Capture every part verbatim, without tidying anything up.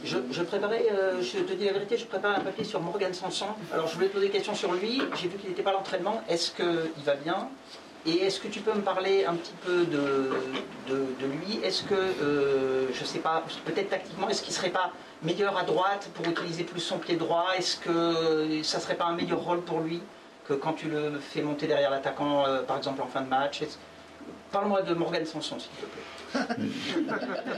Je, je préparais, euh, je te dis la vérité, je prépare un papier sur Morgan Sanson. Alors je voulais te poser des questions sur lui. J'ai vu qu'il n'était pas à l'entraînement. Est-ce qu'il va bien? Et est-ce que tu peux me parler un petit peu de, de, de lui? Est-ce que, euh, je ne sais pas, peut-être tactiquement, est-ce qu'il ne serait pas meilleur à droite pour utiliser plus son pied droit? Est-ce que ça ne serait pas un meilleur rôle pour lui que quand tu le fais monter derrière l'attaquant, euh, par exemple en fin de match? Parle-moi de Morgan Sanson, s'il te plaît.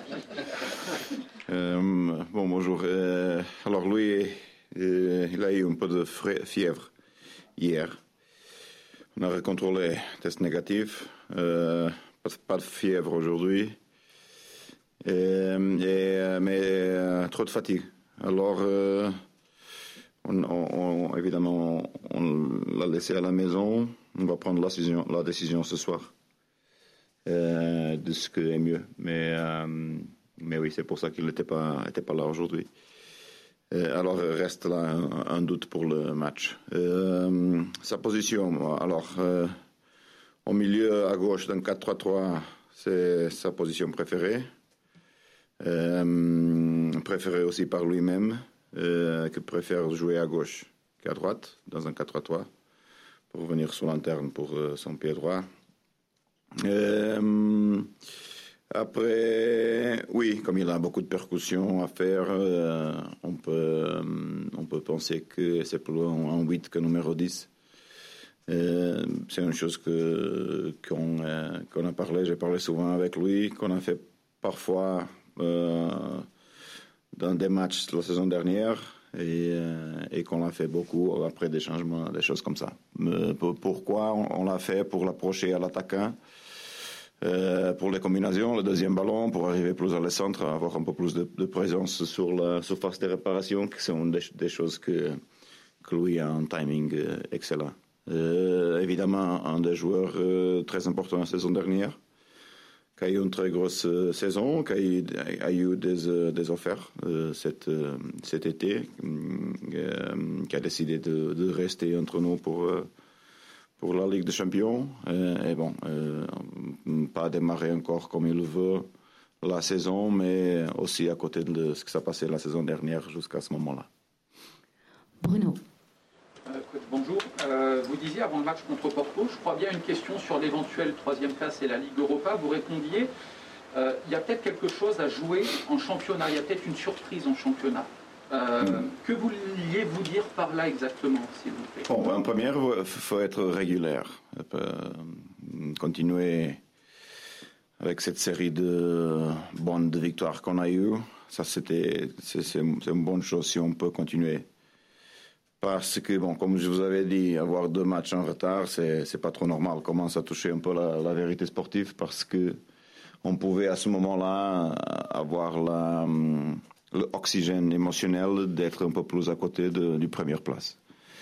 euh, bon, bonjour. Euh, alors lui, euh, il a eu un peu de fièvre hier. On a recontrôlé test négatif, euh, pas, pas de fièvre aujourd'hui, et, et, mais euh, trop de fatigue. Alors, euh, on, on, évidemment, on l'a laissé à la maison. On va prendre la décision, la décision ce soir euh, de ce qui est mieux. Mais, euh, mais oui, c'est pour ça qu'il n'était pas, était pas là aujourd'hui. Euh, alors, reste là un, un doute pour le match. Euh, sa position, alors, euh, au milieu à gauche d'un quatre trois trois, c'est sa position préférée. Euh, préférée aussi par lui-même, euh, qui préfère jouer à gauche qu'à droite, dans un quatre trois trois, pour venir sur l'interne pour euh, son pied droit. Euh, Après, oui, comme il a beaucoup de percussions à faire, euh, on peut, euh, on peut penser que c'est plus un huit que numéro dix. Euh, c'est une chose que, qu'on, euh, qu'on a parlé, j'ai parlé souvent avec lui, qu'on a fait parfois euh, dans des matchs la saison dernière et, euh, et qu'on l'a fait beaucoup après des changements, des choses comme ça. Mais pourquoi on, on l'a fait? Pour l'approcher à l'attaquant. Euh, pour les combinaisons, le deuxième ballon, pour arriver plus à le centre, avoir un peu plus de, de présence sur la surface de réparation, qui sont des, des choses que, que lui a un timing euh, excellent. Euh, évidemment, un des joueurs euh, très importants la saison dernière, qui a eu une très grosse euh, saison, qui a eu, a eu des, euh, des offres euh, cet, euh, cet été, euh, qui a décidé de, de rester entre nous pour... Euh, pour la Ligue des Champions. Euh, et bon, euh, pas démarrer encore comme il veut la saison, mais aussi à côté de ce qui s'est passé la saison dernière jusqu'à ce moment-là. Bruno. Euh, bonjour. Euh, vous disiez avant le match contre Porto, je crois bien une question sur l'éventuelle troisième place et la Ligue Europa. Vous répondiez, euh, il y a peut-être quelque chose à jouer en championnat, il y a peut-être une surprise en championnat. Euh, mmh. Que vouliez-vous dire par là exactement, s'il vous plaît? Bon, en première, il faut être régulière. Euh, continuer avec cette série de bonnes de victoires qu'on a eues. Ça, c'était, c'est, c'est, c'est une bonne chose si on peut continuer. Parce que, bon, comme je vous avais dit, avoir deux matchs en retard, c'est, c'est pas trop normal. On commence à toucher un peu la, la vérité sportive parce que on pouvait à ce moment-là avoir la... l'oxygène émotionnel d'être un peu plus à côté de, du première place.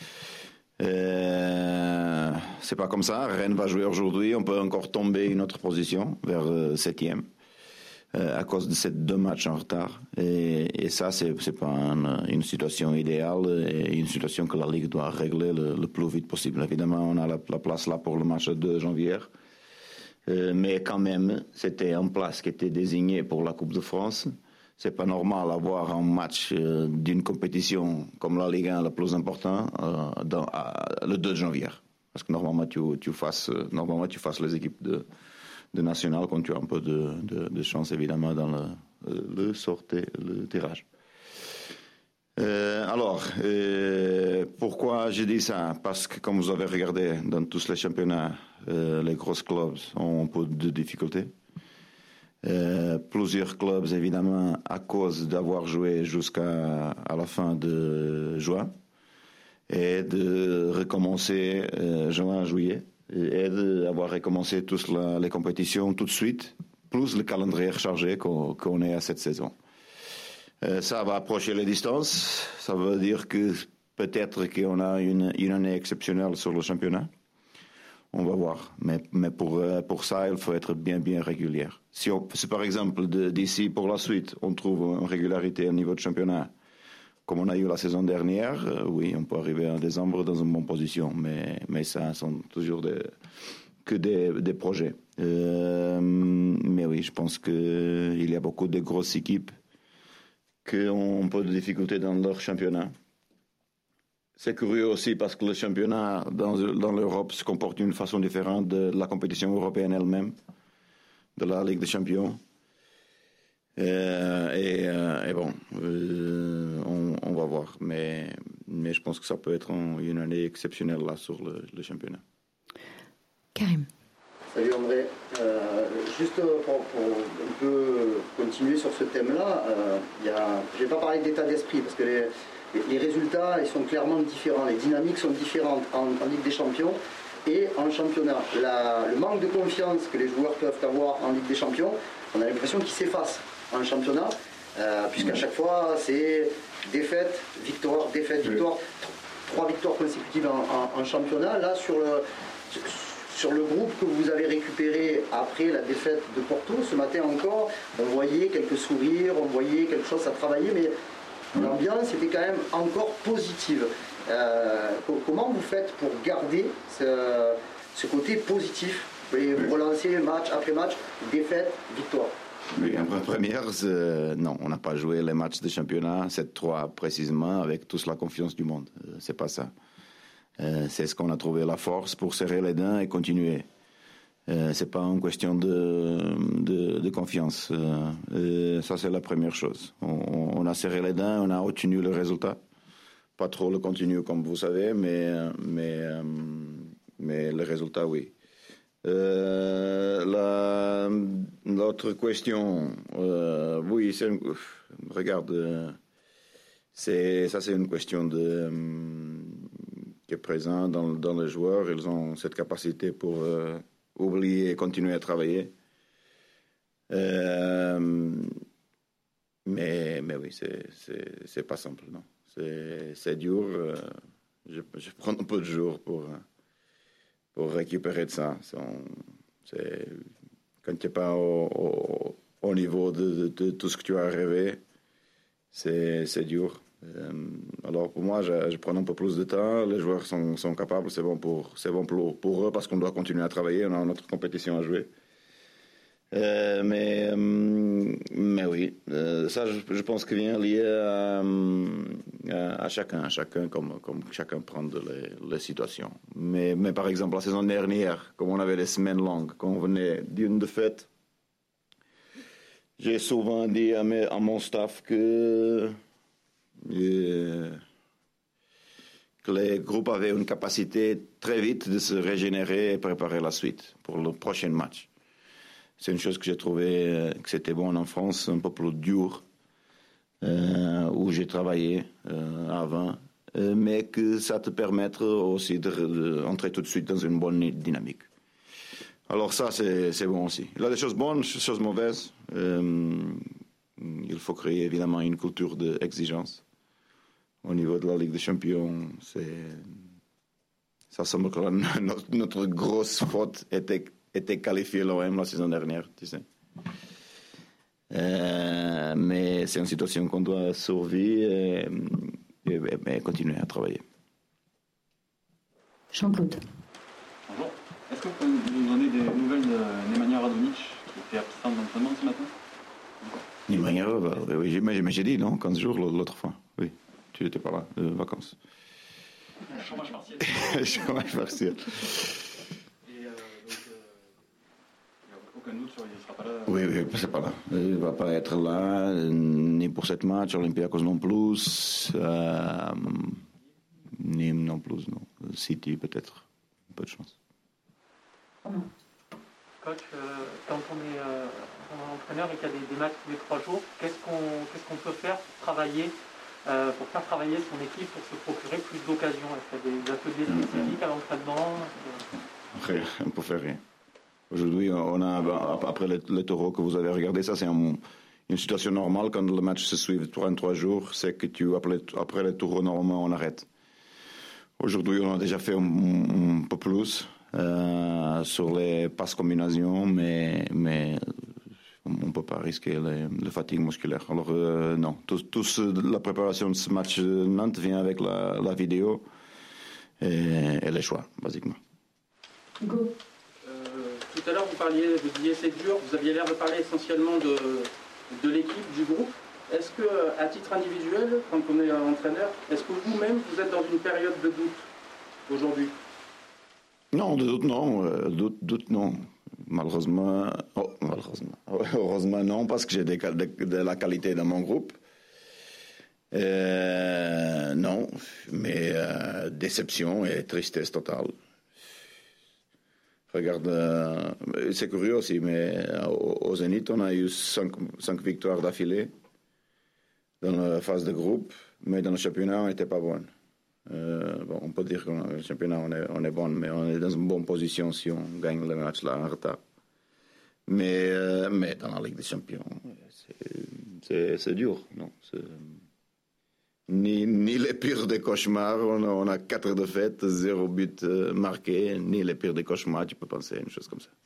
Euh, c'est pas comme ça. Rennes va jouer aujourd'hui. On peut encore tomber une autre position vers euh, septième euh, à cause de ces deux matchs en retard. Et, et ça, c'est, c'est pas une, une situation idéale et une situation que la Ligue doit régler le, le plus vite possible. Évidemment, on a la, la place là pour le match de janvier. Euh, mais quand même, c'était une place qui était désignée pour la Coupe de France. C'est pas normal d'avoir un match euh, d'une compétition comme la Ligue un la plus importante euh, dans, à, le deux janvier. Parce que normalement tu, tu fasses euh, normalement tu fasses les équipes de, de nationales quand tu as un peu de, de, de chance évidemment dans le, le sortie, le tirage. Euh, alors, euh, pourquoi je dis ça? Parce que comme vous avez regardé dans tous les championnats, euh, les gros clubs ont un peu de difficultés. Euh, plusieurs clubs, évidemment, à cause d'avoir joué jusqu'à à la fin de juin et de recommencer euh, juin, juillet et d'avoir recommencé toutes la, les compétitions tout de suite, plus le calendrier chargé qu'on, qu'on est à cette saison. Euh, ça va approcher les distances, ça veut dire que peut-être qu'on a une, une année exceptionnelle sur le championnat. On va voir, mais, mais pour, pour ça, il faut être bien, bien régulier. Si, on, si par exemple, de, d'ici pour la suite, on trouve une régularité au niveau de championnat, comme on a eu la saison dernière, euh, oui, on peut arriver en décembre dans une bonne position, mais, mais ça sont toujours des, que des, des projets. Euh, mais oui, je pense qu'il y a beaucoup de grosses équipes qui ont un peu de difficultés dans leur championnat. C'est curieux aussi parce que le championnat dans, dans l'Europe se comporte d'une façon différente de la compétition européenne elle-même, de la Ligue des Champions. Euh, et, euh, et bon, euh, on, on va voir. Mais, mais je pense que ça peut être un, une année exceptionnelle là sur le, le championnat. Karim. Salut André. Euh, juste pour, pour un peu continuer sur ce thème-là, euh, y a, je ne vais pas parler d'état d'esprit parce que les, les, les résultats ils sont clairement différents, les dynamiques sont différentes en, en Ligue des Champions et en championnat. La, le manque de confiance que les joueurs peuvent avoir en Ligue des Champions, on a l'impression qu'il s'efface en championnat, euh, puisqu'à chaque fois c'est défaite, victoire, défaite, victoire, trois victoires consécutives en, en, en championnat. Là sur le Sur le groupe que vous avez récupéré après la défaite de Porto, ce matin encore, on voyait quelques sourires, on voyait quelque chose à travailler, mais l'ambiance était quand même encore positive. Euh, comment vous faites pour garder ce, ce côté positif et vous relancer match après match, défaite, victoire? Oui, en première, euh, non, on n'a pas joué les matchs de championnat, sept trois précisément, avec toute la confiance du monde. Euh, c'est pas ça. Euh, c'est ce qu'on a trouvé la force pour serrer les dents et continuer. Euh, c'est pas une question de, de, de confiance. Euh, euh, ça, c'est la première chose. On, on a serré les dents, on a obtenu le résultat. Pas trop le contenu, comme vous savez, mais, mais, euh, mais le résultat, oui. Euh, la, l'autre question, euh, oui, c'est une, regarde, euh, c'est, ça, c'est une question de... Euh, qui est présent dans, dans les joueurs. Ils ont cette capacité pour euh, oublier et continuer à travailler. Euh, mais, mais oui, c'est, c'est, c'est pas simple, non. C'est, c'est dur. Euh, je, je prends un peu de jours pour, pour récupérer de ça. C'est, quand tu n'es pas au, au, au niveau de, de, de tout ce que tu as rêvé, c'est, c'est dur. Euh, alors pour moi, je, je prends un peu plus de temps. Les joueurs sont, sont capables, c'est bon pour, c'est bon pour, pour eux parce qu'on doit continuer à travailler. On a notre compétition à jouer. Euh, mais, euh, mais oui, euh, ça, je, je pense que vient lié à, à, à chacun, à chacun comme, comme chacun prend les, les situations. Mais, mais par exemple, la saison dernière, comme on avait des semaines longues, quand on venait d'une défaite, j'ai souvent dit à, mes, à mon staff que Euh, que les groupes avaient une capacité très vite de se régénérer et préparer la suite pour le prochain match. C'est une chose que j'ai trouvé euh, que c'était bon en France, un peu plus dur, euh, où j'ai travaillé euh, avant, euh, mais que ça te permet aussi d'entrer tout de suite dans une bonne dynamique. Alors ça, c'est, c'est bon aussi. Il y a des choses bonnes, des choses mauvaises. Euh, il faut créer évidemment une culture d'exigence. Au niveau de la Ligue des Champions, c'est... ça semble que notre, notre grosse faute était, était qualifier l'O M la saison dernière, tu sais. Euh, mais c'est une situation qu'on doit survivre et, et, et continuer à travailler. Jean-Claude. Bonjour. Est-ce que vous pouvez nous donner des nouvelles de Nemanja Radonjic, qui était absent de l'entraînement ce matin? Nemanja, oui, mais, mais j'ai dit non, quinze jours l'autre fois, oui. Tu n'étais pas là, de vacances. Chômage partiel. Chômage partiel. Et euh, donc, euh, il n'y a aucun doute sur il ne sera pas là. Oui, oui, c'est pas là. Il ne va pas être là, ni pour cette match, Olympiakos non plus, euh, Nîmes non plus, non. City peut-être, un peu de chance. Coach, euh, quand on est euh, entraîneur et qu'il y a des, des matchs tous les trois jours, qu'est-ce qu'on, qu'est-ce qu'on peut faire pour travailler Euh, pour faire travailler son équipe, pour se procurer plus d'occasions? Est-ce qu'il y a des ateliers spécifiques à l'entraînement? Rien, on peut faire rien. Aujourd'hui, on a, après le, le taureau que vous avez regardé, ça c'est un, une situation normale quand le match se suit trois en trois jours, c'est que tu, après, après le taureau, normalement, on arrête. Aujourd'hui, on a déjà fait un, un peu plus euh, sur les passes combinaisons, mais... mais on ne peut pas risquer les, les fatigues musculaires. Alors euh, non, tout, tout ce, la préparation de ce match de Nantes vient avec la, la vidéo et, et les choix, basiquement. Go. Euh, tout à l'heure, vous parliez, vous disiez c'est dur, vous aviez l'air de parler essentiellement de, de l'équipe, du groupe. Est-ce que, à titre individuel, quand on est entraîneur, est-ce que vous-même, vous êtes dans une période de doute aujourd'hui? Non, de doute non, euh, doute, doute non. Malheureusement, oh, malheureusement, heureusement non, parce que j'ai de, de, de la qualité dans mon groupe. Euh, non, mais euh, déception et tristesse totale. Regarde, euh, c'est curieux aussi, mais au, au Zénith, on a eu cinq, cinq victoires d'affilée dans la phase de groupe, mais dans le championnat, on n'était pas bon. Euh, bon. On peut dire que dans le championnat, on est, on est bon, mais on est dans une bonne position si on gagne le match là en retard. Mais, euh, mais dans la Ligue des Champions, c'est, c'est, c'est dur, non c'est, Ni, ni les pires des cauchemars, on a, on a quatre défaites, zéro but euh, marqué, ni les pires des cauchemars, tu peux penser à une chose comme ça.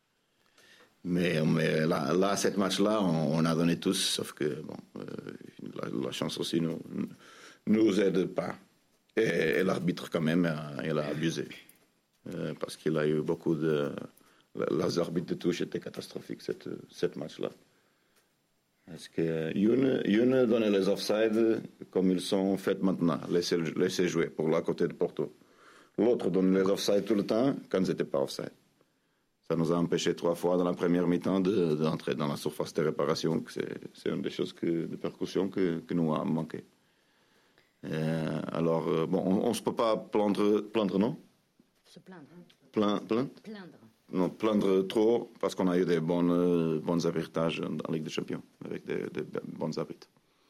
Mais, mais là, là, cette match-là, on, on a donné tous, sauf que bon, euh, la, la chance aussi nous, nous aide pas. Et, et l'arbitre, quand même, il a abusé. Euh, parce qu'il a eu beaucoup de... Les arbitres de touche étaient catastrophiques, cette, cette match-là. Parce que une, une donnait les offsides comme ils sont faits maintenant, laisser, laisser jouer pour la côté de Porto. L'autre donne les offsides tout le temps quand ils n'étaient pas offside. Ça nous a empêché trois fois dans la première mi-temps de, d'entrer dans la surface de réparation. C'est, c'est une des choses que, de percussion que, que nous a manqué. Euh, alors, euh, bon, on ne se peut pas plaindre, plaindre non Se plaindre. Plaindre, plaindre Plaindre. Non, plaindre trop, parce qu'on a eu des bonnes, euh, bons arbitrages en Ligue des Champions, avec des, des, des bons arbitres.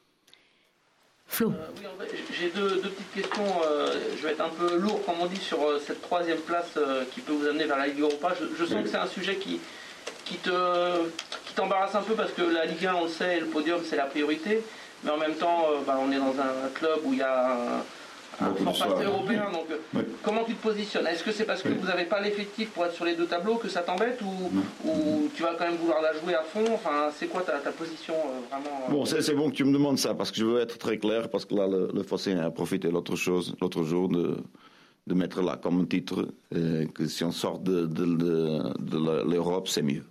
Flo. Euh, oui, en fait, j'ai deux, deux petites questions. Euh, je vais être un peu lourd, comme on dit, sur euh, cette troisième place euh, qui peut vous amener vers la Ligue Europa. Je, je sens oui. que c'est un sujet qui, qui, te, qui t'embarrasse un peu, parce que la Ligue un, on le sait, le podium, c'est la priorité. Mais en même temps, euh, bah, on est dans un club où il y a un, un fort passé européen. Donc, oui. Comment tu te positionnes? Est-ce que c'est parce que oui. vous n'avez pas l'effectif pour être sur les deux tableaux que ça t'embête, ou, ou tu vas quand même vouloir la jouer à fond? Enfin, c'est quoi ta, ta position euh, vraiment euh... Bon, c'est, c'est bon que tu me demandes ça, parce que je veux être très clair, parce que là, le, le Fossé a profité l'autre chose, l'autre jour de, de mettre là comme titre euh, que si on sort de, de, de, de l'Europe, c'est mieux.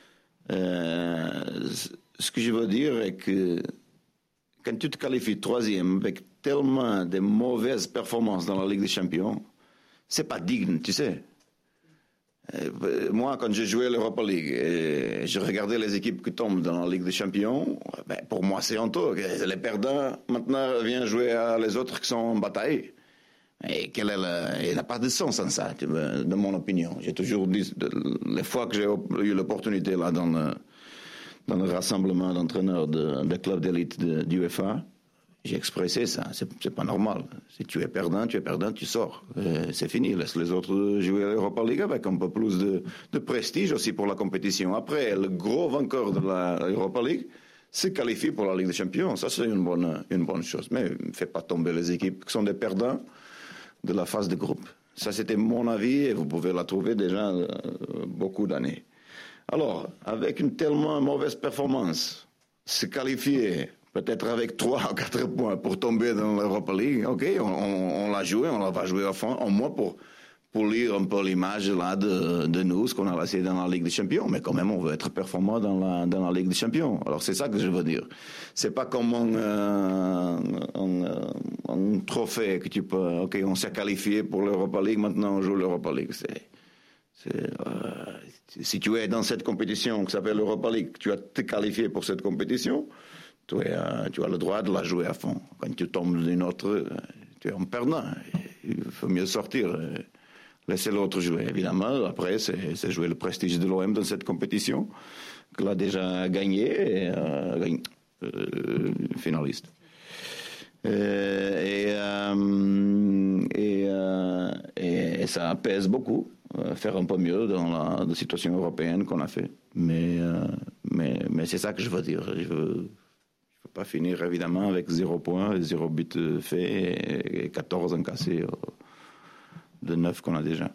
Euh, ce que je veux dire est que quand tu te qualifies troisième avec tellement de mauvaises performances dans la Ligue des Champions, c'est pas digne, tu sais. Euh, moi, quand j'ai joué l'Europa League et je regardais les équipes qui tombent dans la Ligue des Champions, ben, pour moi c'est honteux. Les perdants maintenant viennent jouer à les autres qui sont en bataille. Et quel est le... il n'y a pas de sens en ça, de mon opinion. J'ai toujours dit, les fois que j'ai eu l'opportunité là dans le, dans le rassemblement d'entraîneurs de, de clubs d'élite de, du UEFA, j'ai expressé ça. C'est, c'est pas normal. Si tu es perdant, tu es perdant, tu sors. Et c'est fini. Laisse les autres jouer à l'Europa League avec un peu plus de, de prestige aussi pour la compétition. Après, le gros vainqueur de l'Europa League se qualifie pour la Ligue des Champions. Ça, c'est une bonne, une bonne chose. Mais ne fais pas tomber les équipes qui sont des perdants de la phase de groupe. Ça, c'était mon avis et vous pouvez la trouver déjà euh, beaucoup d'années. Alors, avec une tellement mauvaise performance, se qualifier peut-être avec trois ou quatre points pour tomber dans l'Europa League, ok, on, on, on l'a joué, on la va jouer à fond, au moins pour, pour lire un peu l'image là de, de nous, ce qu'on a laissé dans la Ligue des Champions, mais quand même on veut être performant dans la, dans la Ligue des Champions. Alors c'est ça que je veux dire. C'est pas comme un, euh, un, un trophée que tu peux, ok, on s'est qualifié pour l'Europa League, maintenant on joue l'Europa League. C'est, c'est, euh, si tu es dans cette compétition qui s'appelle l'Europa League, tu as te qualifié pour cette compétition, tu, es, euh, tu as le droit de la jouer à fond. Quand tu tombes d'une autre, tu es en perdant. Il faut mieux sortir. Laisser l'autre jouer. Évidemment, après, c'est, c'est jouer le prestige de l'O M dans cette compétition, qu'il a déjà gagné, et, euh, euh, finaliste. Euh, et, euh, et, euh, et, et ça pèse beaucoup, euh, faire un peu mieux dans la, la situation européenne qu'on a fait. Mais, euh, mais, mais c'est ça que je veux dire. Je veux, je veux pas finir, évidemment, avec zéro point, zéro but fait et, et quatorze encaissés. Euh, de neuf qu'on a déjà.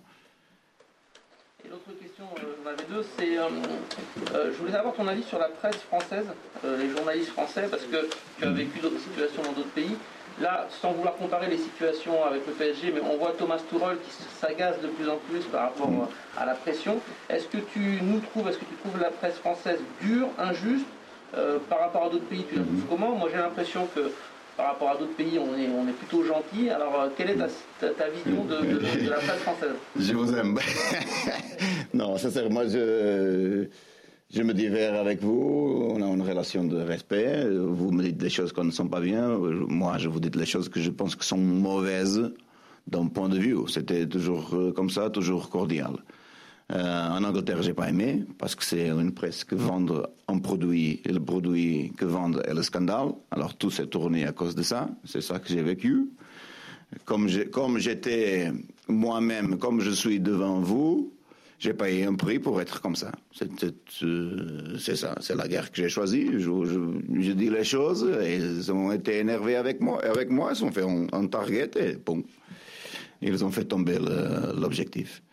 Et l'autre question, euh, j'en avais deux, c'est euh, euh, je voulais avoir ton avis sur la presse française, euh, les journalistes français, parce que tu as vécu d'autres situations dans d'autres pays. Là, sans vouloir comparer les situations avec le P S G, mais on voit Thomas Tuchel qui s'agace de plus en plus par rapport à la pression. Est-ce que tu nous trouves, est-ce que tu trouves la presse française dure, injuste, Euh, par rapport à d'autres pays, tu la trouves comment? Moi j'ai l'impression que par rapport à d'autres pays, on est, on est plutôt gentil. Alors euh, quelle est ta, ta, ta vision de, de, de la presse française? Je vous aime. Non, sincèrement, je, je me divers avec vous. On a une relation de respect. Vous me dites des choses qui ne sont pas bien. Moi, je vous dis les choses que je pense que sont mauvaises d'un point de vue. C'était toujours comme ça, toujours cordial. Euh, en Angleterre, j'ai pas aimé parce que c'est une presse qui vend un produit et le produit que vendent est le scandale. Alors tout s'est tourné à cause de ça. C'est ça que j'ai vécu. Comme, j'ai, comme j'étais moi-même, comme je suis devant vous, j'ai payé un prix pour être comme ça. C'est, c'est, c'est ça, c'est la guerre que j'ai choisie. Je, je, je dis les choses et ils ont été énervés avec moi. Avec moi, ils ont fait un, un target et bon, ils ont fait tomber le, l'objectif.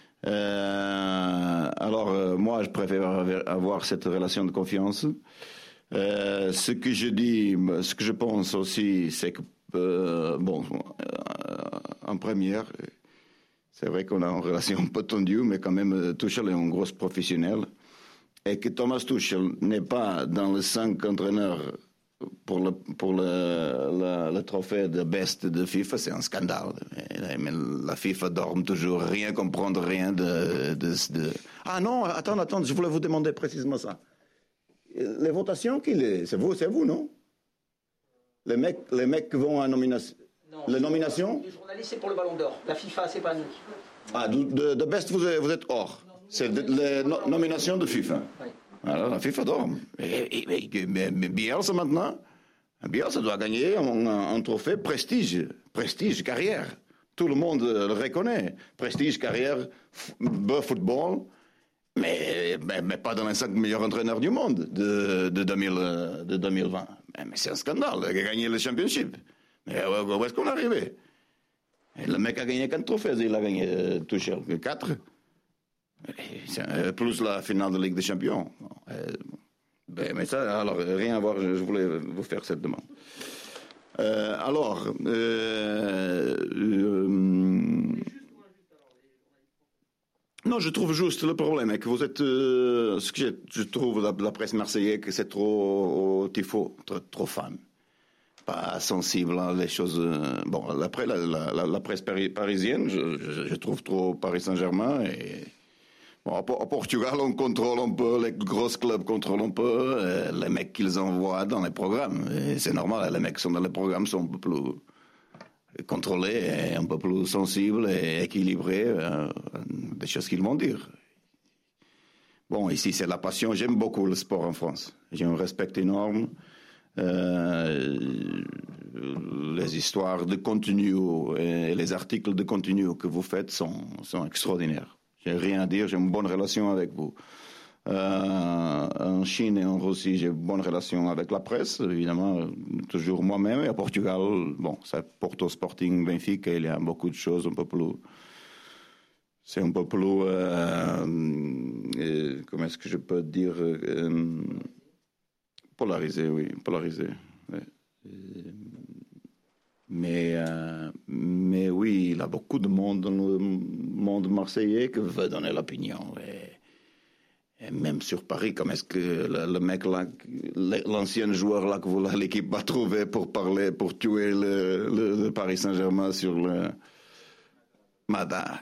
Euh, alors euh, moi je préfère avoir cette relation de confiance. Euh, ce que je dis, ce que je pense aussi, c'est que euh, bon, euh, en première, c'est vrai qu'on a une relation un peu tendue, mais quand même Tuchel est un gros professionnel et que Thomas Tuchel n'est pas dans les cinq entraîneurs pour le pour le, le, le trophée de best de FIFA, c'est un scandale. Mais la FIFA dorme toujours, rien comprendre, rien de, de, de... Ah non, attends, attends, je voulais vous demander précisément ça. Les votations, qu'il est, c'est vous, c'est vous, non? Les mecs, les mecs qui vont à nomination. Non, les nominations? Les journalistes, c'est pour le Ballon d'Or. La FIFA, c'est pas nous. Ah, de, de, de best, vous êtes, vous êtes hors. C'est de, les no, nominations de FIFA. Oui. Alors, la FIFA dorme. Et, et, et, mais, mais Bielsa maintenant, Bielsa doit gagner un, un trophée prestige, prestige, carrière. Tout le monde le reconnaît. Prestige, carrière, beau football, mais, mais, mais pas dans les cinq meilleurs entraîneurs du monde de, de, deux mille, de deux mille vingt. Mais, mais c'est un scandale, il a gagné le championship. Mais où est-ce qu'on est arrivé? Et le mec a gagné quatre trophées, il a gagné euh, Tuchel, quatre. Plus la finale de Ligue des Champions. Euh, ben, mais ça, alors, rien à voir, je voulais vous faire cette demande. Euh, alors, euh, euh, non, je trouve juste le problème est que vous êtes, euh, ce que je, je trouve la, la presse marseillaise, que c'est trop au tifo, trop, trop fan, pas sensible à les choses. Euh, bon, après la, la, la, la presse pari, parisienne, je, je, je trouve trop Paris Saint-Germain et bon, au Portugal, on contrôle un peu, les gros clubs contrôlent un peu euh, les mecs qu'ils envoient dans les programmes. Et c'est normal, les mecs qui sont dans les programmes sont un peu plus contrôlés, et un peu plus sensibles et équilibrés euh, des choses qu'ils vont dire. Bon, ici, c'est la passion. J'aime beaucoup le sport en France. J'ai un respect énorme. Euh, les histoires de contenu et les articles de contenu que vous faites sont, sont extraordinaires. J'ai rien à dire, j'ai une bonne relation avec vous. Euh, en Chine et en Russie, j'ai une bonne relation avec la presse, évidemment, toujours moi-même. Et à Portugal, bon, c'est Porto Sporting, Benfica, il y a beaucoup de choses un peu plus... C'est un peu plus... Euh, euh, comment est-ce que je peux dire euh, polarisé, oui, polarisé. Ouais. Mais, euh, mais oui, il y a beaucoup de monde dans le monde marseillais qui veut donner l'opinion. Et, et même sur Paris, comme est-ce que le, le mec là, l'ancien joueur là que vous, l'équipe va trouver pour parler, pour tuer le, le, le Paris Saint-Germain sur le Mada.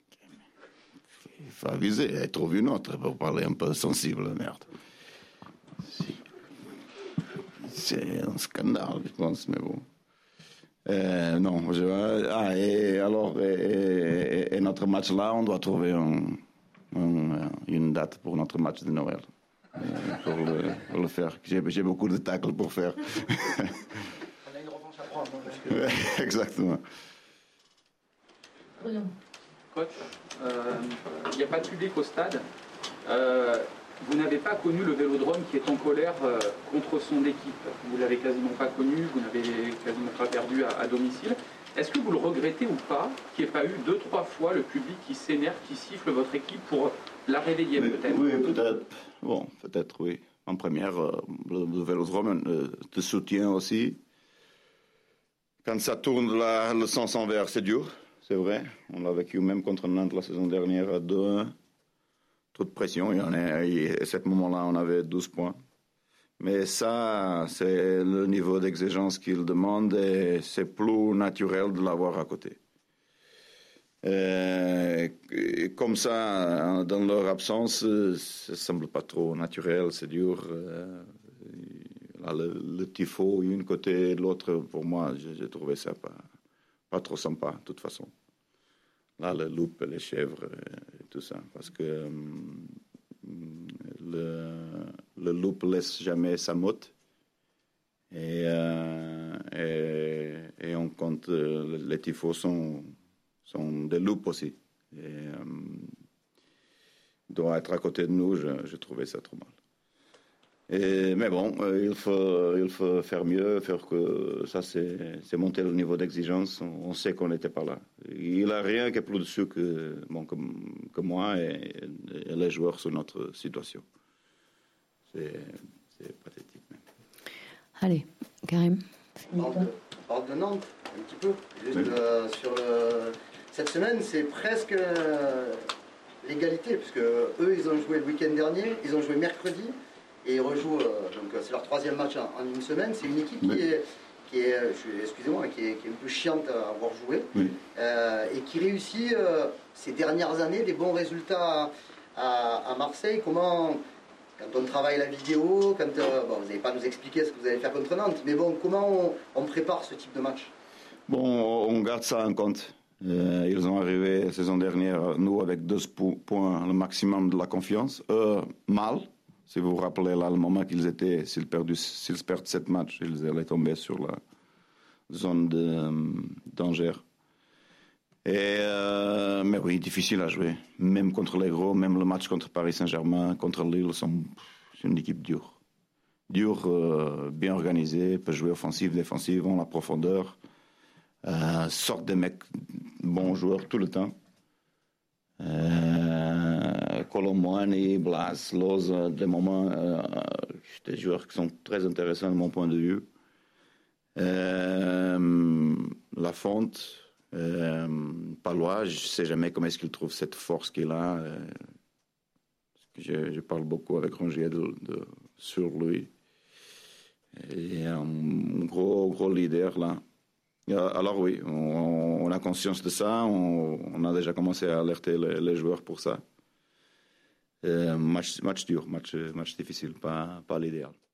Il faut aviser, il trouve une autre pour parler un peu sensible, merde. C'est un scandale, je pense, mais bon. Euh, non, je, ah, et alors, et, et, et notre match là, on doit trouver un, un, une date pour notre match de Noël. Pour le, pour le faire. J'ai, j'ai beaucoup de tacles pour faire. On a une revanche à prendre. Parce que... Exactement. Coach, il n'y euh, a pas de public au stade. Euh, Vous n'avez pas connu le Vélodrome qui est en colère euh, contre son équipe. Vous l'avez quasiment pas connu, vous n'avez quasiment pas perdu à, à domicile. Est-ce que vous le regrettez ou pas qu'il n'y ait pas eu deux, trois fois le public qui s'énerve, qui siffle votre équipe pour la réveiller Mais, peut-être? Oui, peut-être. Bon, peut-être, oui. En première, euh, le, le Vélodrome euh, te soutient aussi. Quand ça tourne là, le sens envers, c'est dur, c'est vrai. On l'a vécu même contre Nantes la saison dernière à deux un. Trop de pression, et, on est, et à ce moment-là, on avait douze points. Mais ça, c'est le niveau d'exigence qu'il demande et c'est plus naturel de l'avoir à côté. Euh, comme ça, dans leur absence, ça semble pas trop naturel, c'est dur. Euh, là, le, le tifo, une côté et l'autre, pour moi, j'ai, j'ai trouvé ça pas, pas trop sympa, de toute façon. Là, le loup, les chèvres et tout ça, parce que euh, le, le loup laisse jamais sa motte. Et, euh, et, et on compte, les tifos sont... sont des loups aussi. Et, euh, doit être à côté de nous, je, je trouvais ça trop mal. Et, mais bon, euh, il, faut, il faut faire mieux, faire que ça, c'est, c'est monter le niveau d'exigence. On, on sait qu'on n'était pas là. Il n'a rien qui est plus dessus que, bon, que, que moi et, et les joueurs sur notre situation. C'est, c'est pathétique. Même. Allez, Karim. On parle de Nantes, un petit peu. Juste oui. euh, sur le... Cette semaine, c'est presque euh, l'égalité, puisque eux, ils ont joué le week-end dernier, ils ont joué mercredi, et ils rejouent, euh, donc c'est leur troisième match en, en une semaine. C'est une équipe oui. qui est, qui est excusez-moi, qui est, qui est un peu chiante à avoir joué, oui. euh, et qui réussit euh, ces dernières années des bons résultats à, à Marseille. Comment, quand on travaille la vidéo, quand euh, bon, vous n'allez pas nous expliquer ce que vous allez faire contre Nantes, mais bon, comment on, on prépare ce type de match? Bon, on garde ça en compte. Euh, ils ont arrivé la saison dernière, nous, avec deux points, le maximum de la confiance. Eux, mal. Si vous vous rappelez là, le moment qu'ils étaient, s'ils, perdu, s'ils perdent sept matchs, ils allaient tomber sur la zone de euh, danger. Et, euh, mais oui, difficile à jouer. Même contre les gros, même le match contre Paris Saint-Germain, contre Lille, sont, c'est une équipe dure. Dure, euh, bien organisée, peut jouer offensive, défensive, ont la profondeur. Euh, sortent des mecs bons joueurs tout le temps. Euh, Colomboani, Blas, Loz, des moments, euh, des joueurs qui sont très intéressants de mon point de vue. Euh, Lafonte, euh, Palois, je ne sais jamais comment est-ce qu'il trouve cette force qu'il a. Euh, je, je parle beaucoup avec Rongier de, de, sur lui. Il est un gros, gros leader là. Alors oui, on, on a conscience de ça, on, on a déjà commencé à alerter les, les joueurs pour ça. Euh, match, match dur, match, match difficile, pas, pas l'idéal.